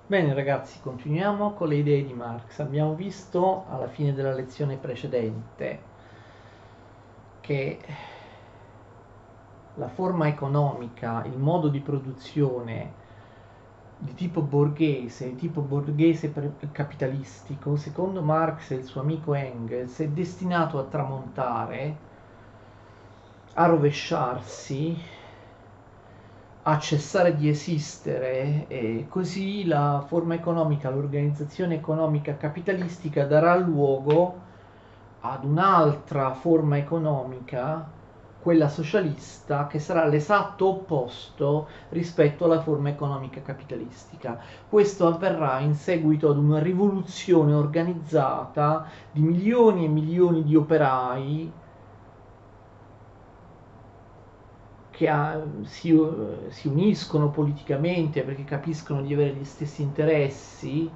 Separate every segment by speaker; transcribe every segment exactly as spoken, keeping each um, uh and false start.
Speaker 1: Bene ragazzi, continuiamo con le idee di Marx. Abbiamo visto alla fine della lezione precedente che la forma economica, il modo di produzione di tipo borghese, di tipo borghese per- capitalistico, secondo Marx e il suo amico Engels, è destinato a tramontare, a rovesciarsi, a cessare di esistere e così la forma economica, l'organizzazione economica capitalistica darà luogo ad un'altra forma economica, quella socialista, che sarà l'esatto opposto rispetto alla forma economica capitalistica. Questo avverrà in seguito ad una rivoluzione organizzata di milioni e milioni di operai che ha- si, si uniscono politicamente perché capiscono di avere gli stessi interessi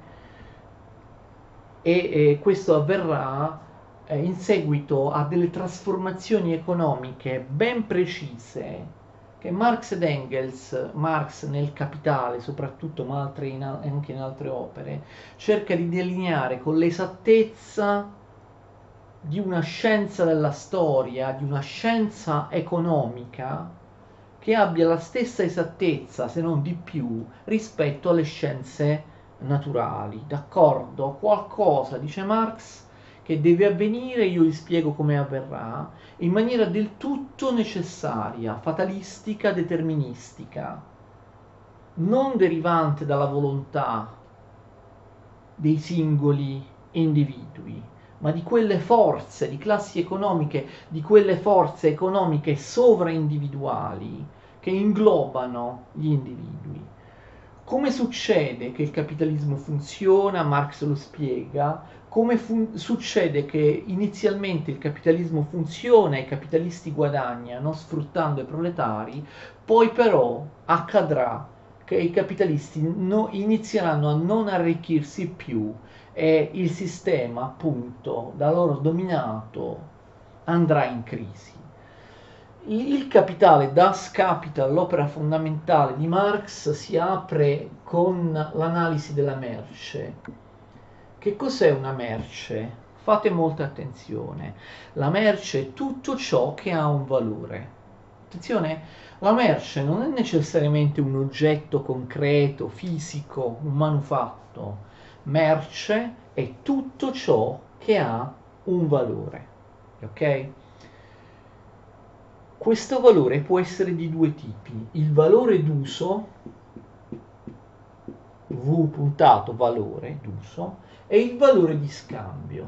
Speaker 1: e eh, questo avverrà eh, in seguito a delle trasformazioni economiche ben precise che Marx ed Engels, Marx nel Capitale soprattutto, ma altre in al- anche in altre opere, cerca di delineare con l'esattezza di una scienza della storia, di una scienza economica che abbia la stessa esattezza, se non di più, rispetto alle scienze naturali. D'accordo? Qualcosa, dice Marx, che deve avvenire, io vi spiego come avverrà, in maniera del tutto necessaria, fatalistica, deterministica, non derivante dalla volontà dei singoli individui, ma di quelle forze, di classi economiche, di quelle forze economiche sovraindividuali che inglobano gli individui. Come succede che il capitalismo funziona? Marx lo spiega. Come fun- succede che inizialmente il capitalismo funziona e i capitalisti guadagnano sfruttando i proletari, poi però accadrà che i capitalisti no- inizieranno a non arricchirsi più e il sistema, appunto, da loro dominato andrà in crisi. Il Capitale, Das Kapital, l'opera fondamentale di Marx, si apre con l'analisi della merce. Che cos'è una merce? Fate molta attenzione. La merce è tutto ciò che ha un valore. Attenzione, la merce non è necessariamente un oggetto concreto, fisico, un manufatto. Merce è tutto ciò che ha un valore. Ok? Questo valore può essere di due tipi: il valore d'uso, V puntato valore d'uso, e il valore di scambio.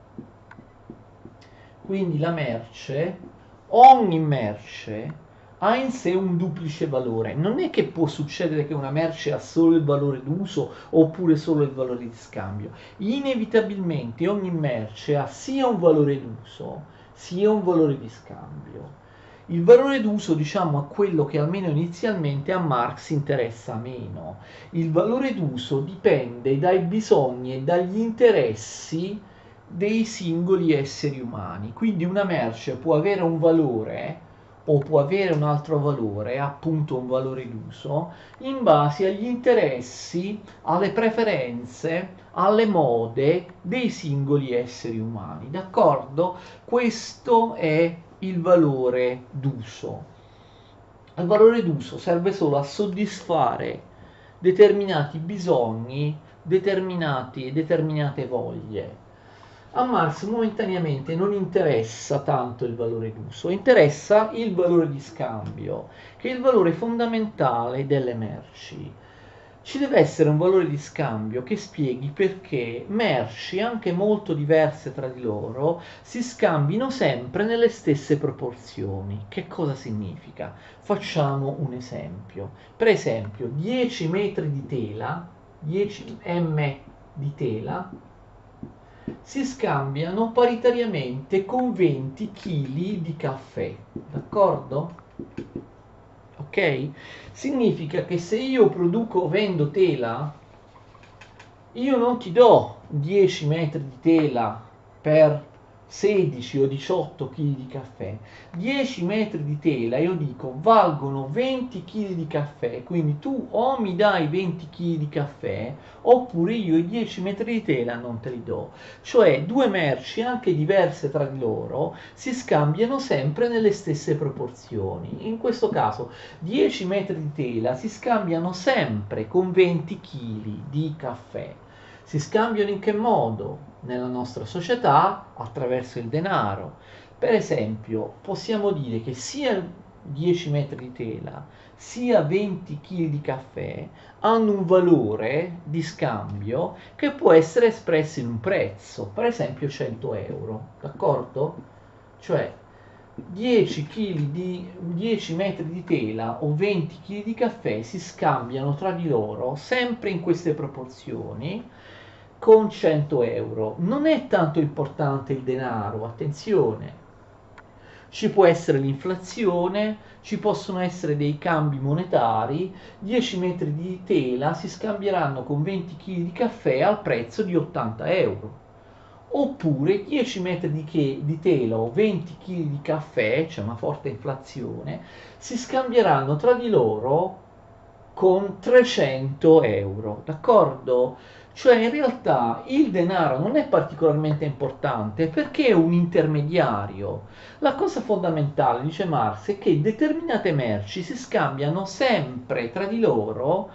Speaker 1: Quindi la merce, ogni merce ha in sé un duplice valore. Non è che può succedere che una merce ha solo il valore d'uso oppure solo il valore di scambio. Inevitabilmente ogni merce ha sia un valore d'uso sia un valore di scambio. Il valore d'uso, diciamo, è quello che almeno inizialmente a Marx interessa meno. Il valore d'uso dipende dai bisogni e dagli interessi dei singoli esseri umani. Quindi una merce può avere un valore o può avere un altro valore, appunto un valore d'uso, in base agli interessi, alle preferenze, alle mode dei singoli esseri umani. D'accordo? Questo è il valore d'uso. Il valore d'uso serve solo a soddisfare determinati bisogni, determinati, determinate voglie. A Marx momentaneamente non interessa tanto il valore d'uso, interessa il valore di scambio, che è il valore fondamentale delle merci. Ci deve essere un valore di scambio che spieghi perché merci, anche molto diverse tra di loro, si scambino sempre nelle stesse proporzioni. Che cosa significa? Facciamo un esempio. Per esempio, dieci metri di tela, dieci metri di tela, si scambiano paritariamente con venti chili di caffè. D'accordo? Ok? Significa che se io produco, vendo tela, io non ti do dieci metri di tela per sedici o diciotto chili di caffè, dieci metri di tela, io dico, valgono venti chili di caffè, quindi tu o mi dai venti chili di caffè, oppure io i dieci metri di tela non te li do. Cioè due merci anche diverse tra di loro si scambiano sempre nelle stesse proporzioni. In questo caso dieci metri di tela si scambiano sempre con venti chili di caffè. Si scambiano in che modo? Nella nostra società attraverso il denaro. Per esempio, possiamo dire che sia dieci metri di tela sia venti chili di caffè hanno un valore di scambio che può essere espresso in un prezzo, per esempio cento euro, d'accordo? Cioè dieci chili di dieci metri di tela o venti chili di caffè si scambiano tra di loro sempre in queste proporzioni con cento euro. Non è tanto importante il denaro, attenzione. Ci può essere l'inflazione, ci possono essere dei cambi monetari, dieci metri di tela si scambieranno con venti chili di caffè al prezzo di ottanta euro. Oppure dieci metri di, che, di tela o venti chili di caffè, c'è una forte inflazione, si scambieranno tra di loro con trecento euro, d'accordo? Cioè in realtà il denaro non è particolarmente importante perché è un intermediario. La cosa fondamentale, dice Marx, è che determinate merci si scambiano sempre tra di loro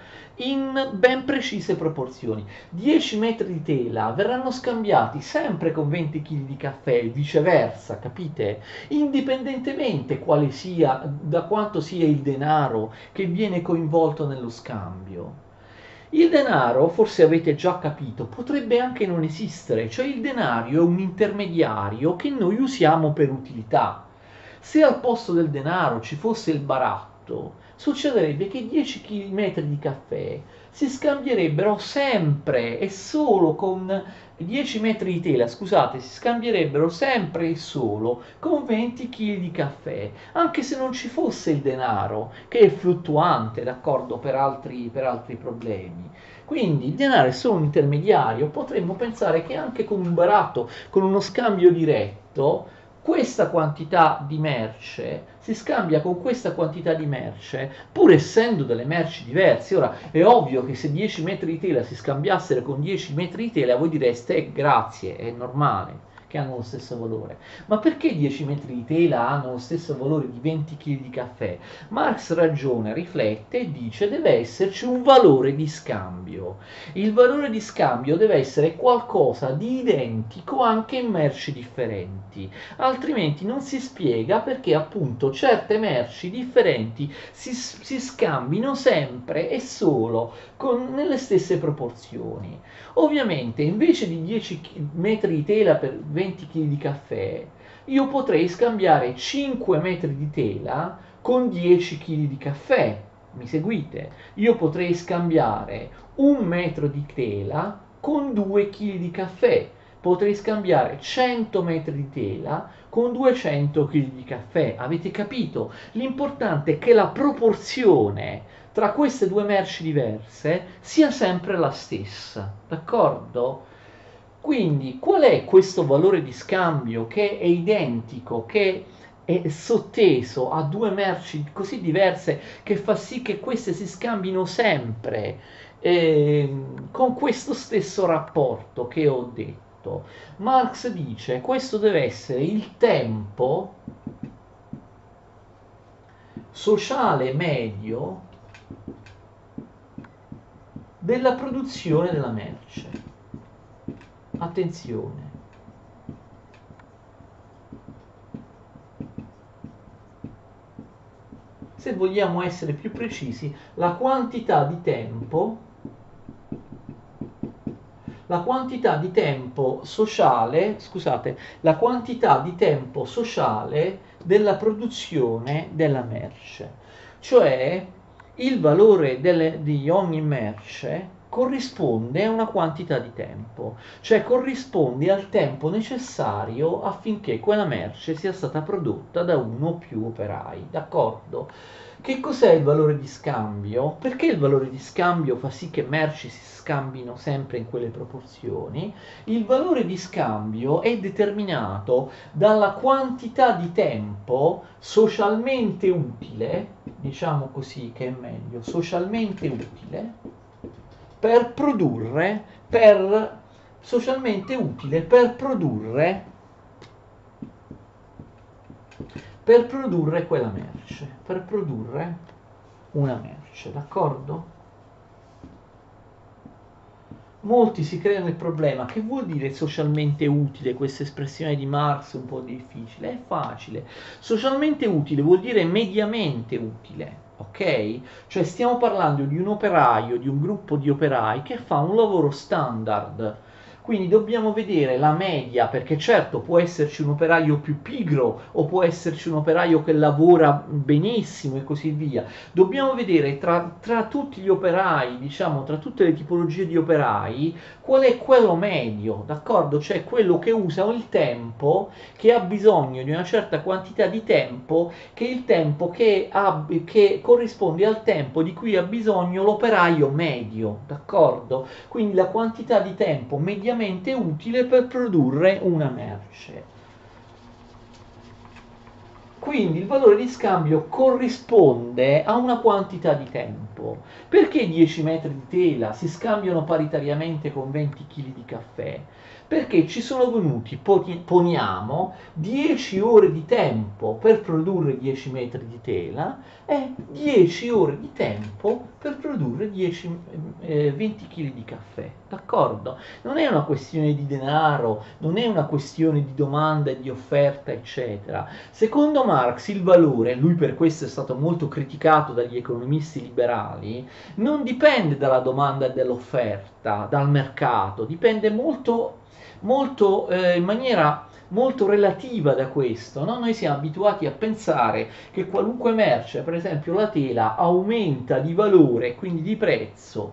Speaker 1: in ben precise proporzioni. dieci metri di tela verranno scambiati sempre con venti chili di caffè e viceversa, capite? Indipendentemente quale sia, da quanto sia il denaro che viene coinvolto nello scambio. Il denaro, forse avete già capito, potrebbe anche non esistere, cioè il denaro è un intermediario che noi usiamo per utilità. Se al posto del denaro ci fosse il baratto, succederebbe che dieci metri di caffè si scambierebbero sempre e solo con dieci metri di tela, scusate, si scambierebbero sempre e solo con venti chili di caffè, anche se non ci fosse il denaro, che è fluttuante, d'accordo, per altri, per altri problemi. Quindi il denaro è solo un intermediario, potremmo pensare che anche con un baratto, con uno scambio diretto, questa quantità di merce si scambia con questa quantità di merce, pur essendo delle merci diverse. Ora è ovvio che se dieci metri di tela si scambiassero con dieci metri di tela, voi direste eh, grazie, è normale che hanno lo stesso valore. Ma perché dieci metri di tela hanno lo stesso valore di venti chili di caffè? Marx ragiona, riflette e dice deve esserci un valore di scambio. Il valore di scambio deve essere qualcosa di identico anche in merci differenti, altrimenti non si spiega perché appunto certe merci differenti si, si scambino sempre e solo con, nelle stesse proporzioni. Ovviamente invece di dieci metri di tela per venti chili di caffè, io potrei scambiare cinque metri di tela con dieci chili di caffè. Mi seguite? Io potrei scambiare un metro di tela con due chili di caffè. Potrei scambiare cento metri di tela con duecento chili di caffè. Avete capito? L'importante è che la proporzione tra queste due merci diverse sia sempre la stessa, d'accordo? Quindi qual è questo valore di scambio che è identico, che è sotteso a due merci così diverse che fa sì che queste si scambino sempre eh, con questo stesso rapporto che ho detto? Marx dice questo deve essere il tempo sociale medio della produzione della merce. Attenzione. Se vogliamo essere più precisi, la quantità di tempo, la quantità di tempo sociale, scusate, la quantità di tempo sociale della produzione della merce. Cioè il valore delle, di ogni merce corrisponde a una quantità di tempo, cioè corrisponde al tempo necessario affinché quella merce sia stata prodotta da uno o più operai, d'accordo? Che cos'è il valore di scambio? Perché il valore di scambio fa sì che merci si scambino sempre in quelle proporzioni? Il valore di scambio è determinato dalla quantità di tempo socialmente utile, diciamo così che è meglio, socialmente utile, per produrre, per socialmente utile per produrre per produrre quella merce, per produrre una merce, d'accordo? Molti si creano il problema, che vuol dire socialmente utile, questa espressione di Marx un po' difficile? È facile, socialmente utile vuol dire mediamente utile, ok? Cioè stiamo parlando di un operaio, di un gruppo di operai che fa un lavoro standard, quindi dobbiamo vedere la media, perché certo può esserci un operaio più pigro o può esserci un operaio che lavora benissimo e così via. Dobbiamo vedere tra, tra tutti gli operai, diciamo, tra tutte le tipologie di operai, qual è quello medio, d'accordo? Cioè quello che usa il tempo, che ha bisogno di una certa quantità di tempo, che è il tempo che, ha, che corrisponde al tempo di cui ha bisogno l'operaio medio, d'accordo? Quindi la quantità di tempo mediamente utile per produrre una merce. Quindi il valore di scambio corrisponde a una quantità di tempo. Perché dieci metri di tela si scambiano paritariamente con venti chili di caffè? Perché ci sono venuti, poniamo, dieci ore di tempo per produrre dieci metri di tela e dieci ore di tempo per produrre dieci, eh, venti chili di caffè. D'accordo? Non è una questione di denaro, non è una questione di domanda e di offerta, eccetera. Secondo Marx il valore, lui per questo è stato molto criticato dagli economisti liberali, non dipende dalla domanda e dall'offerta, dal mercato, dipende molto, molto eh, in maniera molto relativa da questo, no? Noi siamo abituati a pensare che qualunque merce, per esempio la tela, aumenta di valore, quindi di prezzo,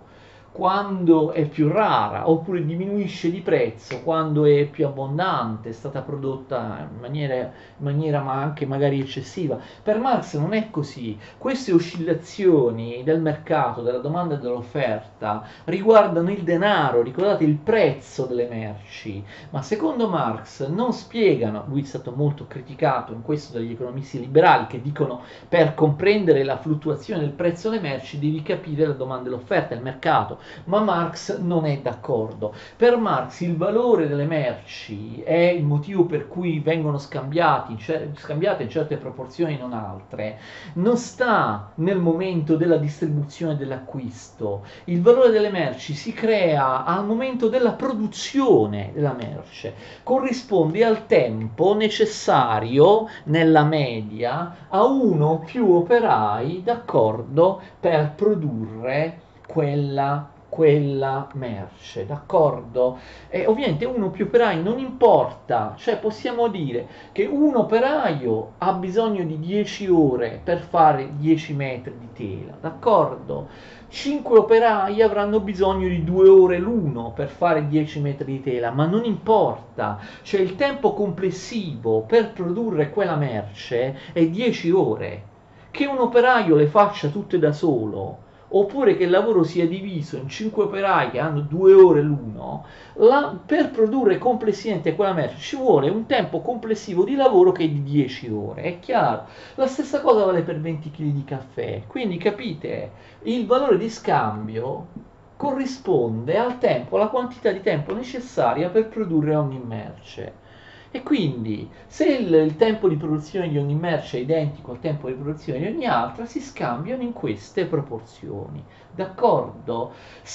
Speaker 1: quando è più rara, oppure diminuisce di prezzo quando è più abbondante, è stata prodotta in maniera, in maniera ma anche magari eccessiva. Per Marx non è così. Queste oscillazioni del mercato, della domanda e dell'offerta, riguardano il denaro, ricordate il prezzo delle merci, ma secondo Marx non spiegano, lui è stato molto criticato in questo dagli economisti liberali che dicono per comprendere la fluttuazione del prezzo delle merci devi capire la domanda e l'offerta, il mercato. Ma Marx non è d'accordo. Per Marx il valore delle merci è il motivo per cui vengono scambiati, scambiate in certe proporzioni non altre, non sta nel momento della distribuzione e dell'acquisto. Il valore delle merci si crea al momento della produzione della merce, corrisponde al tempo necessario nella media a uno o più operai, d'accordo, per produrre quella quella merce, d'accordo? E ovviamente uno più operai non importa, cioè possiamo dire che un operaio ha bisogno di dieci ore per fare dieci metri di tela, d'accordo? cinque operai avranno bisogno di due ore l'uno per fare dieci metri di tela, ma non importa, cioè il tempo complessivo per produrre quella merce è dieci ore. Che un operaio le faccia tutte da solo, oppure che il lavoro sia diviso in cinque operai che hanno due ore l'uno, la, per produrre complessivamente quella merce ci vuole un tempo complessivo di lavoro che è di dieci ore, è chiaro? La stessa cosa vale per venti chili di caffè, quindi capite, il valore di scambio corrisponde al tempo, alla quantità di tempo necessaria per produrre ogni merce. E quindi se il, il tempo di produzione di ogni merce è identico al tempo di produzione di ogni altra, si scambiano in queste proporzioni. D'accordo?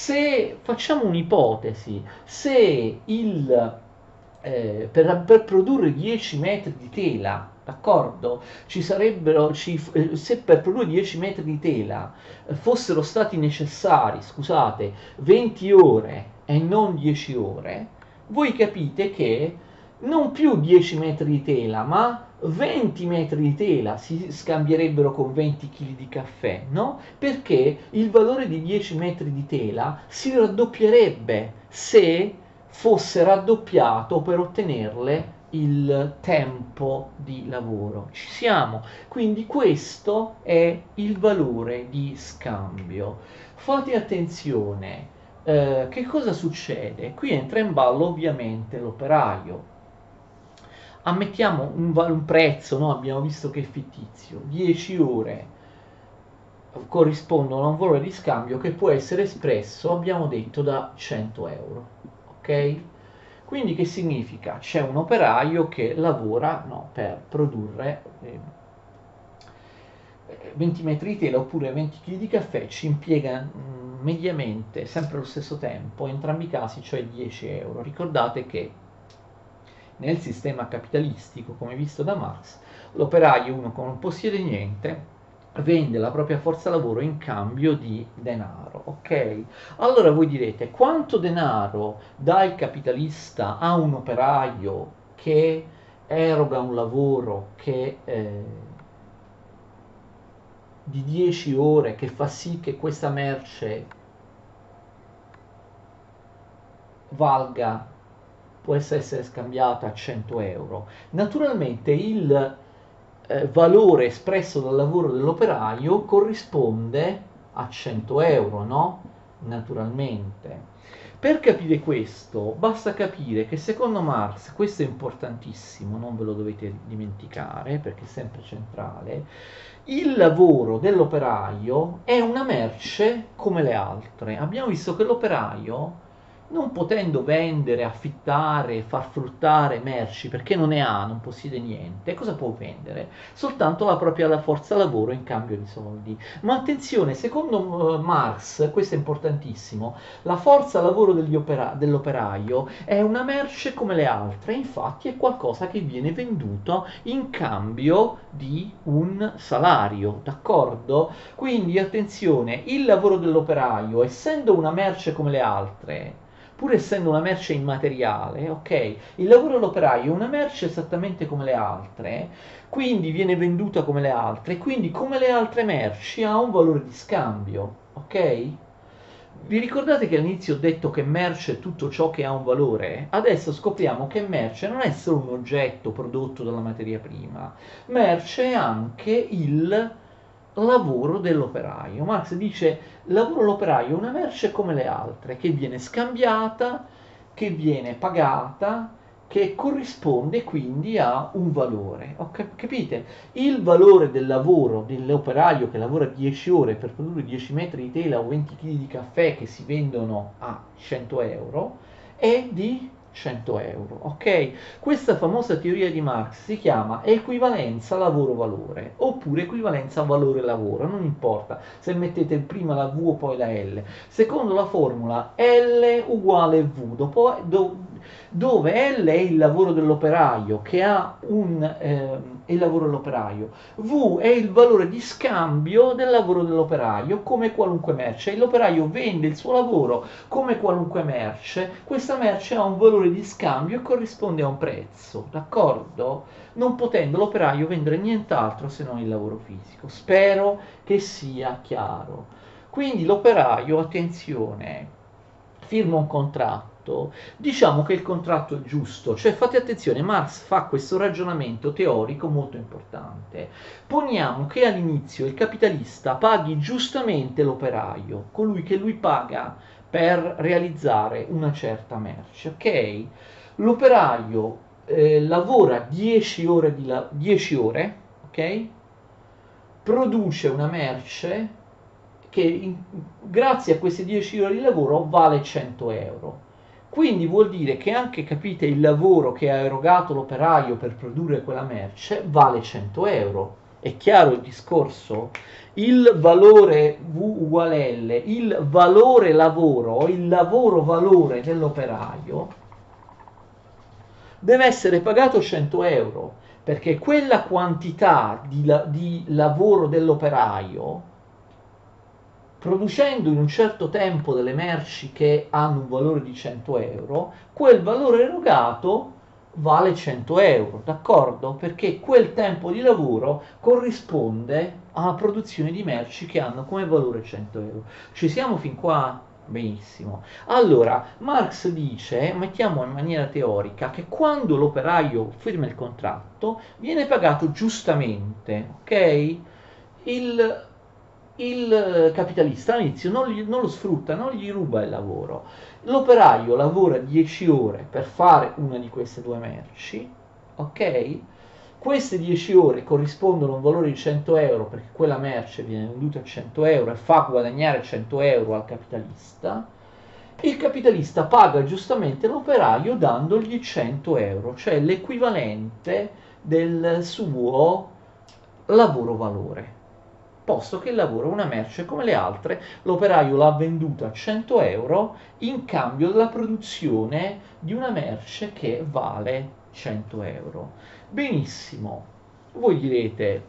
Speaker 1: Se facciamo un'ipotesi, se il, eh, per, per produrre dieci metri di tela, d'accordo? Ci sarebbero, ci, eh, se per produrre dieci metri di tela eh, fossero stati necessari, scusate, venti ore e non dieci ore, voi capite che non più dieci metri di tela, ma venti metri di tela si scambierebbero con venti chili di caffè, no? Perché il valore di dieci metri di tela si raddoppierebbe se fosse raddoppiato per ottenerle il tempo di lavoro. Ci siamo. Quindi questo è il valore di scambio. Fate attenzione. Eh, che cosa succede? Qui entra in ballo ovviamente l'operaio. Ammettiamo un, un prezzo, no? Abbiamo visto che è fittizio, dieci ore corrispondono a un valore di scambio che può essere espresso, abbiamo detto, da cento euro. Ok? Quindi che significa? C'è un operaio che lavora, no, per produrre eh, venti metri di tela oppure venti chili di caffè, ci impiega mh, mediamente sempre lo stesso tempo, in entrambi i casi, cioè dieci euro. Ricordate che nel sistema capitalistico, come visto da Marx, l'operaio, uno che non possiede niente, vende la propria forza lavoro in cambio di denaro, ok? Allora voi direte, quanto denaro dà il capitalista a un operaio che eroga un lavoro che, eh, di dieci ore, che fa sì che questa merce valga, può essere scambiata a cento euro? Naturalmente il eh, valore espresso dal lavoro dell'operaio corrisponde a cento euro, no? Naturalmente. Per capire questo, basta capire che secondo Marx, questo è importantissimo, non ve lo dovete dimenticare perché è sempre centrale, il lavoro dell'operaio è una merce come le altre. Abbiamo visto che l'operaio, non potendo vendere, affittare, far fruttare merci perché non ne ha, non possiede niente, cosa può vendere? Soltanto la propria forza lavoro in cambio di soldi. Ma attenzione, secondo Marx, questo è importantissimo, la forza lavoro degli opera- dell'operaio è una merce come le altre, infatti è qualcosa che viene venduto in cambio di un salario, d'accordo? Quindi attenzione, il lavoro dell'operaio, essendo una merce come le altre, pur essendo una merce immateriale, ok? Il lavoro dell'operaio è una merce esattamente come le altre, quindi viene venduta come le altre, quindi come le altre merci ha un valore di scambio, ok? Vi ricordate che all'inizio ho detto che merce è tutto ciò che ha un valore? Adesso scopriamo che merce non è solo un oggetto prodotto dalla materia prima, merce è anche il lavoro dell'operaio. Marx dice: lavoro dell'operaio è una merce come le altre, che viene scambiata, che viene pagata, che corrisponde quindi a un valore. Ho cap- capite? Il valore del lavoro dell'operaio che lavora dieci ore per produrre dieci metri di tela o venti chili di caffè che si vendono a cento euro è di cento euro, ok? Questa famosa teoria di Marx si chiama equivalenza lavoro-valore oppure equivalenza valore-lavoro, non importa se mettete prima la V o poi la L. Secondo la formula L uguale V, dopo, do, dove L è il lavoro dell'operaio che ha un eh, il lavoro dell'operaio, V è il valore di scambio del lavoro dell'operaio come qualunque merce. L'operaio vende il suo lavoro come qualunque merce, questa merce ha un valore di scambio e corrisponde a un prezzo, d'accordo? Non potendo l'operaio vendere nient'altro se non il lavoro fisico. Spero che sia chiaro. Quindi l'operaio, attenzione, firma un contratto, diciamo che il contratto è giusto, cioè fate attenzione, Marx fa questo ragionamento teorico molto importante. Poniamo che all'inizio il capitalista paghi giustamente l'operaio, colui che lui paga per realizzare una certa merce, ok? L'operaio eh, lavora dieci ore, di la- dieci ore, ok? Produce una merce che in, grazie a queste dieci ore di lavoro vale cento euro. Quindi vuol dire che anche, capite, il lavoro che ha erogato l'operaio per produrre quella merce vale cento euro. È chiaro il discorso? Il valore V uguale L, il valore lavoro, il lavoro valore dell'operaio deve essere pagato cento euro, perché quella quantità di, la, di lavoro dell'operaio, producendo in un certo tempo delle merci che hanno un valore di cento euro, quel valore erogato vale cento euro, d'accordo? Perché quel tempo di lavoro corrisponde alla produzione di merci che hanno come valore cento euro. Ci siamo fin qua? Benissimo. Allora, Marx dice, mettiamo in maniera teorica, che quando l'operaio firma il contratto viene pagato giustamente, ok? Il, il capitalista all'inizio non, gli- non lo sfrutta, non gli ruba il lavoro. L'operaio lavora dieci ore per fare una di queste due merci, ok? Queste dieci ore corrispondono a un valore di cento euro perché quella merce viene venduta a cento euro e fa guadagnare cento euro al capitalista. Il capitalista paga giustamente l'operaio dandogli cento euro, cioè l'equivalente del suo lavoro valore. Posto che lavora una merce come le altre, l'operaio l'ha venduta a cento euro in cambio della produzione di una merce che vale cento euro. Benissimo, voi direte,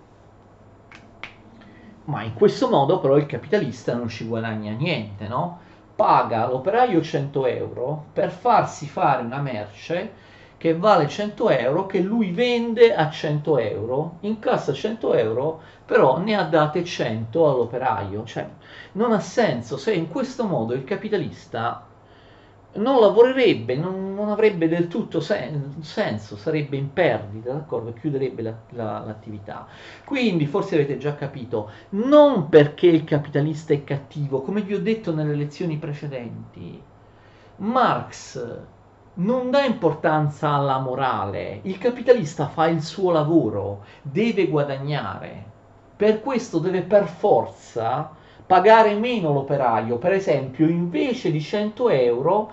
Speaker 1: ma in questo modo però il capitalista non ci guadagna niente, no? Paga l'operaio cento euro per farsi fare una merce che vale cento euro, che lui vende a cento euro, incassa cento euro, però ne ha date cento all'operaio. Cioè, non ha senso, se in questo modo il capitalista non lavorerebbe, non, non avrebbe del tutto sen- senso, sarebbe in perdita, d'accordo? Chiuderebbe la- la- l'attività. Quindi, forse avete già capito, non perché il capitalista è cattivo, come vi ho detto nelle lezioni precedenti, Marx non dà importanza alla morale, il capitalista fa il suo lavoro, deve guadagnare, per questo deve per forza pagare meno l'operaio, per esempio invece di cento euro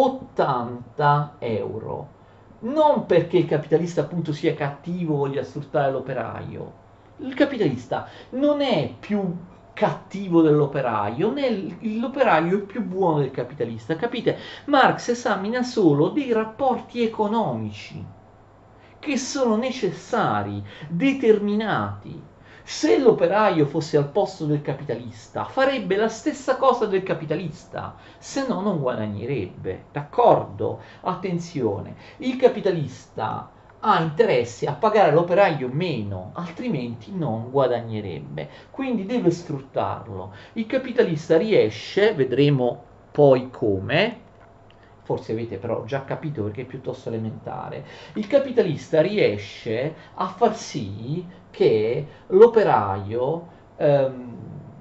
Speaker 1: ottanta euro. Non perché il capitalista appunto sia cattivo o voglia sfruttare l'operaio. Il capitalista non è più cattivo dell'operaio, né l'operaio è più buono del capitalista, capite? Marx esamina solo dei rapporti economici che sono necessari, determinati. Se l'operaio fosse al posto del capitalista, farebbe la stessa cosa del capitalista, se no non guadagnerebbe. D'accordo? Attenzione, il capitalista ha interesse a pagare l'operaio meno, altrimenti non guadagnerebbe. Quindi deve sfruttarlo. Il capitalista riesce, vedremo poi come, forse avete però già capito perché è piuttosto elementare, il capitalista riesce a far sì che l'operaio ehm,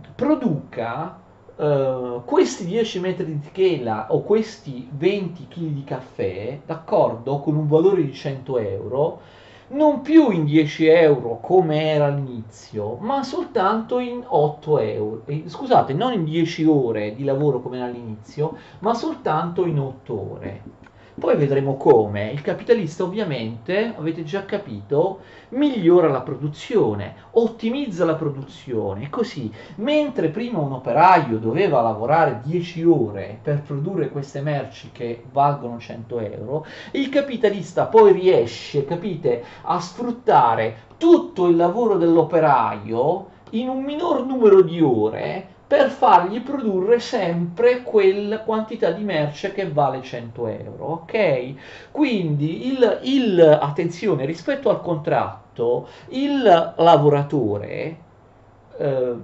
Speaker 1: produca eh, questi dieci metri di tela o questi venti chili di caffè, d'accordo, con un valore di cento euro, non più in dieci euro come era all'inizio, ma soltanto in otto euro. Eh, Scusate, non in dieci ore di lavoro come era all'inizio, ma soltanto in otto ore. Poi vedremo come il capitalista ovviamente, avete già capito, migliora la produzione, ottimizza la produzione, così mentre prima un operaio doveva lavorare dieci ore per produrre queste merci che valgono cento euro, il capitalista poi riesce, capite, a sfruttare tutto il lavoro dell'operaio in un minor numero di ore per fargli produrre sempre quella quantità di merce che vale cento euro, ok? Quindi il, il attenzione, rispetto al contratto, il lavoratore eh,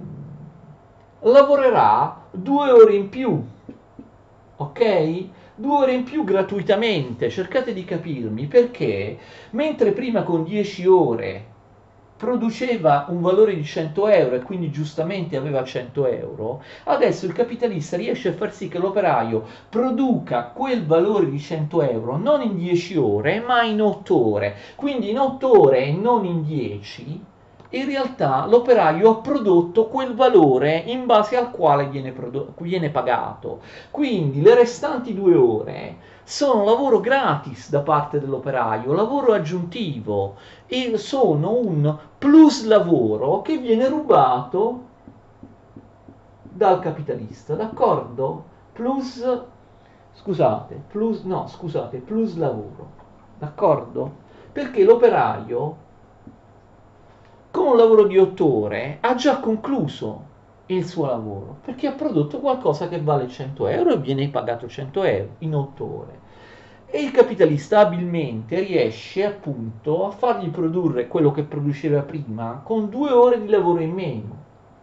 Speaker 1: lavorerà due ore in più, ok? Due ore in più gratuitamente, cercate di capirmi, perché mentre prima con dieci ore produceva un valore di cento euro e quindi giustamente aveva cento euro, adesso il capitalista riesce a far sì che l'operaio produca quel valore di cento euro non in dieci ore ma in otto ore, quindi in otto ore e non in dieci. In realtà l'operaio ha prodotto quel valore in base al quale viene, prodo- viene pagato. Quindi le restanti due ore sono lavoro gratis da parte dell'operaio, lavoro aggiuntivo, e sono un plus lavoro che viene rubato dal capitalista, d'accordo? Plus, scusate, plus, no, scusate, plus lavoro, d'accordo? Perché l'operaio con un lavoro di otto ore ha già concluso il suo lavoro, perché ha prodotto qualcosa che vale cento euro e viene pagato cento euro in otto ore. E il capitalista abilmente riesce appunto a fargli produrre quello che produceva prima con due ore di lavoro in meno.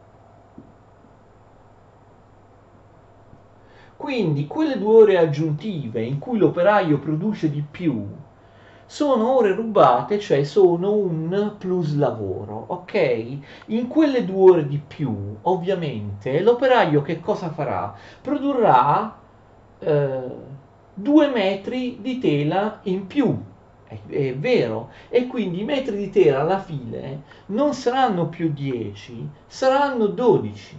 Speaker 1: Quindi quelle due ore aggiuntive in cui l'operaio produce di più sono ore rubate, cioè sono un plus lavoro, ok? In quelle due ore di più, ovviamente, l'operaio che cosa farà? Produrrà eh, due metri di tela in più, è, è vero, e quindi i metri di tela alla fine non saranno più dieci, saranno dodici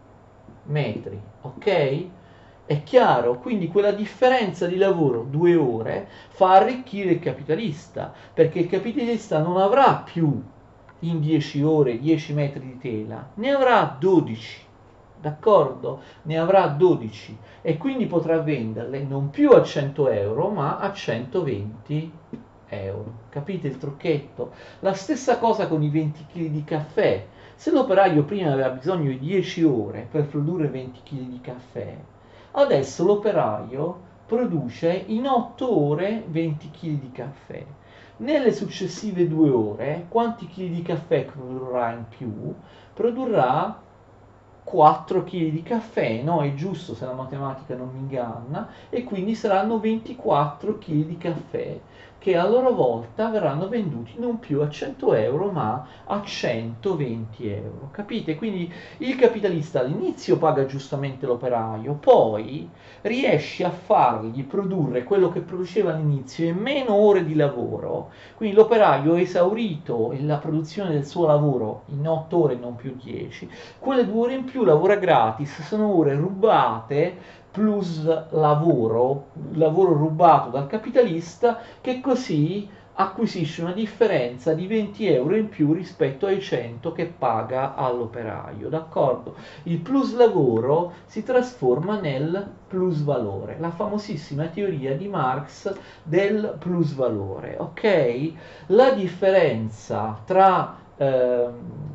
Speaker 1: metri, ok? È chiaro, quindi quella differenza di lavoro, due ore, fa arricchire il capitalista, perché il capitalista non avrà più in dieci ore dieci metri di tela, ne avrà dodici, d'accordo? Ne avrà dodici e quindi potrà venderle non più a cento euro, ma a centoventi euro. Capite il trucchetto? La stessa cosa con i venti chili di caffè. Se l'operaio prima aveva bisogno di dieci ore per produrre venti chili di caffè, adesso l'operaio produce in otto ore venti chili di caffè. Nelle successive due ore, quanti chili di caffè produrrà in più? Produrrà quattro chili di caffè, no? È giusto se la matematica non mi inganna, e quindi saranno ventiquattro chili di caffè che a loro volta verranno venduti non più a cento euro ma a centoventi euro. Capite? Quindi il capitalista all'inizio paga giustamente l'operaio, poi riesce a fargli produrre quello che produceva all'inizio in meno ore di lavoro, quindi l'operaio ha esaurito la produzione del suo lavoro in otto ore non più dieci, quelle due ore in più lavora gratis, sono ore rubate plus lavoro, lavoro rubato dal capitalista, che così acquisisce una differenza di venti euro in più rispetto ai cento che paga all'operaio, d'accordo? Il plus lavoro si trasforma nel plus valore, la famosissima teoria di Marx del plus valore, ok? La differenza tra ehm,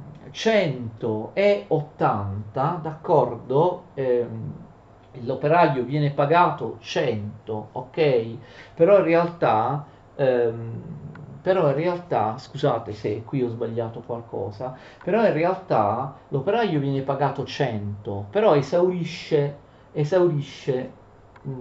Speaker 1: cento e ottanta, d'accordo? Ehm, l'operaio viene pagato cento, ok? Però in realtà, ehm, però in realtà, scusate se qui ho sbagliato qualcosa, però in realtà l'operaio viene pagato cento, però esaurisce, esaurisce mh,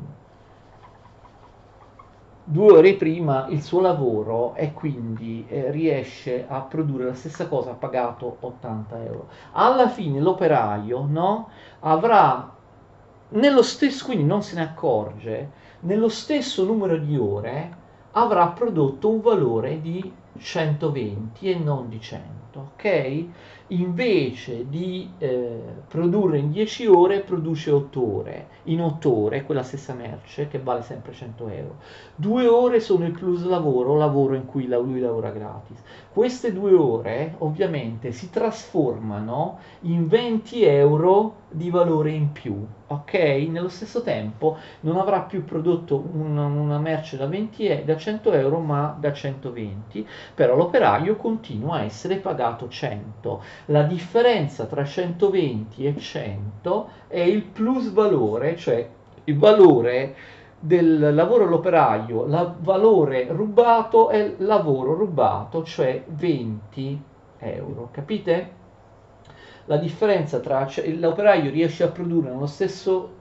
Speaker 1: due ore prima il suo lavoro e quindi eh, riesce a produrre la stessa cosa pagato ottanta euro. Alla fine l'operaio, no, avrà nello stesso, quindi non se ne accorge, nello stesso numero di ore avrà prodotto un valore di centoventi e non di cento, ok? Invece di eh, produrre in dieci ore, produce otto ore. In otto ore quella stessa merce che vale sempre cento euro. Due ore sono il plus lavoro, lavoro in cui lui lavora gratis. Queste due ore ovviamente si trasformano in venti euro di valore in più, ok? Nello stesso tempo non avrà più prodotto una, una merce da, venti, da cento euro ma da centoventi, però l'operaio continua a essere pagato cento. La differenza tra centoventi e cento è il plus valore, cioè il valore del lavoro all'operaio, il valore rubato è lavoro rubato, cioè venti euro, capite? La differenza tra, cioè, l'operaio riesce a produrre nello stesso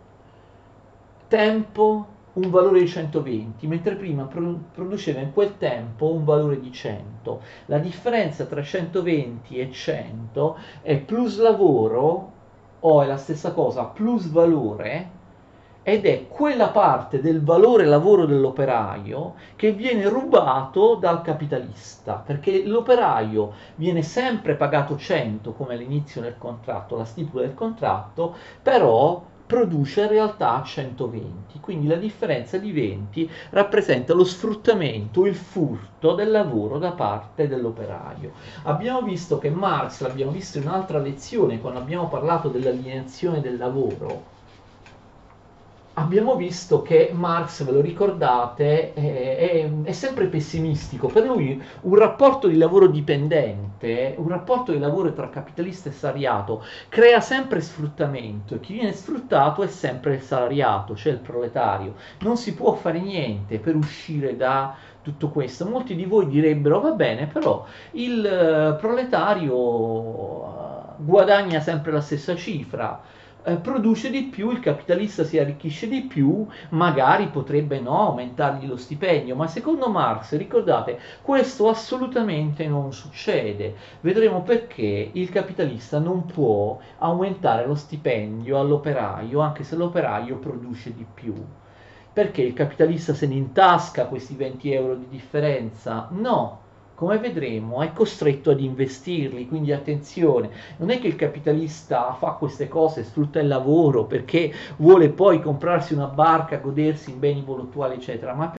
Speaker 1: tempo un valore di centoventi, mentre prima pro- produceva in quel tempo un valore di cento. La differenza tra centoventi e cento è plus lavoro, o è la stessa cosa, plus valore, ed è quella parte del valore lavoro dell'operaio che viene rubato dal capitalista, perché l'operaio viene sempre pagato cento come all'inizio del contratto, la stipula del contratto, però produce in realtà centoventi, quindi la differenza di venti rappresenta lo sfruttamento, il furto del lavoro da parte dell'operaio. Abbiamo visto che Marx, l'abbiamo visto in un'altra lezione quando abbiamo parlato dell'alienazione del lavoro, abbiamo visto che Marx, ve lo ricordate, è, è- è sempre pessimistico. Per lui un rapporto di lavoro dipendente, un rapporto di lavoro tra capitalista e salariato, crea sempre sfruttamento e chi viene sfruttato è sempre il salariato, cioè il proletario. Non si può fare niente per uscire da tutto questo. Molti di voi direbbero, va bene, però il eh, proletario eh, guadagna sempre la stessa cifra, eh, produce di più, il capitalista si arricchisce di più, magari potrebbe no, aumentargli lo stipendio, ma secondo Marx, ricordate, questo assolutamente non succede. Vedremo perché il capitalista non può aumentare lo stipendio all'operaio, anche se l'operaio produce di più. Perché il capitalista se ne intasca questi venti euro di differenza? No, come vedremo è costretto ad investirli, quindi attenzione, non è che il capitalista fa queste cose, sfrutta il lavoro perché vuole poi comprarsi una barca, godersi in beni voluttuali, eccetera, ma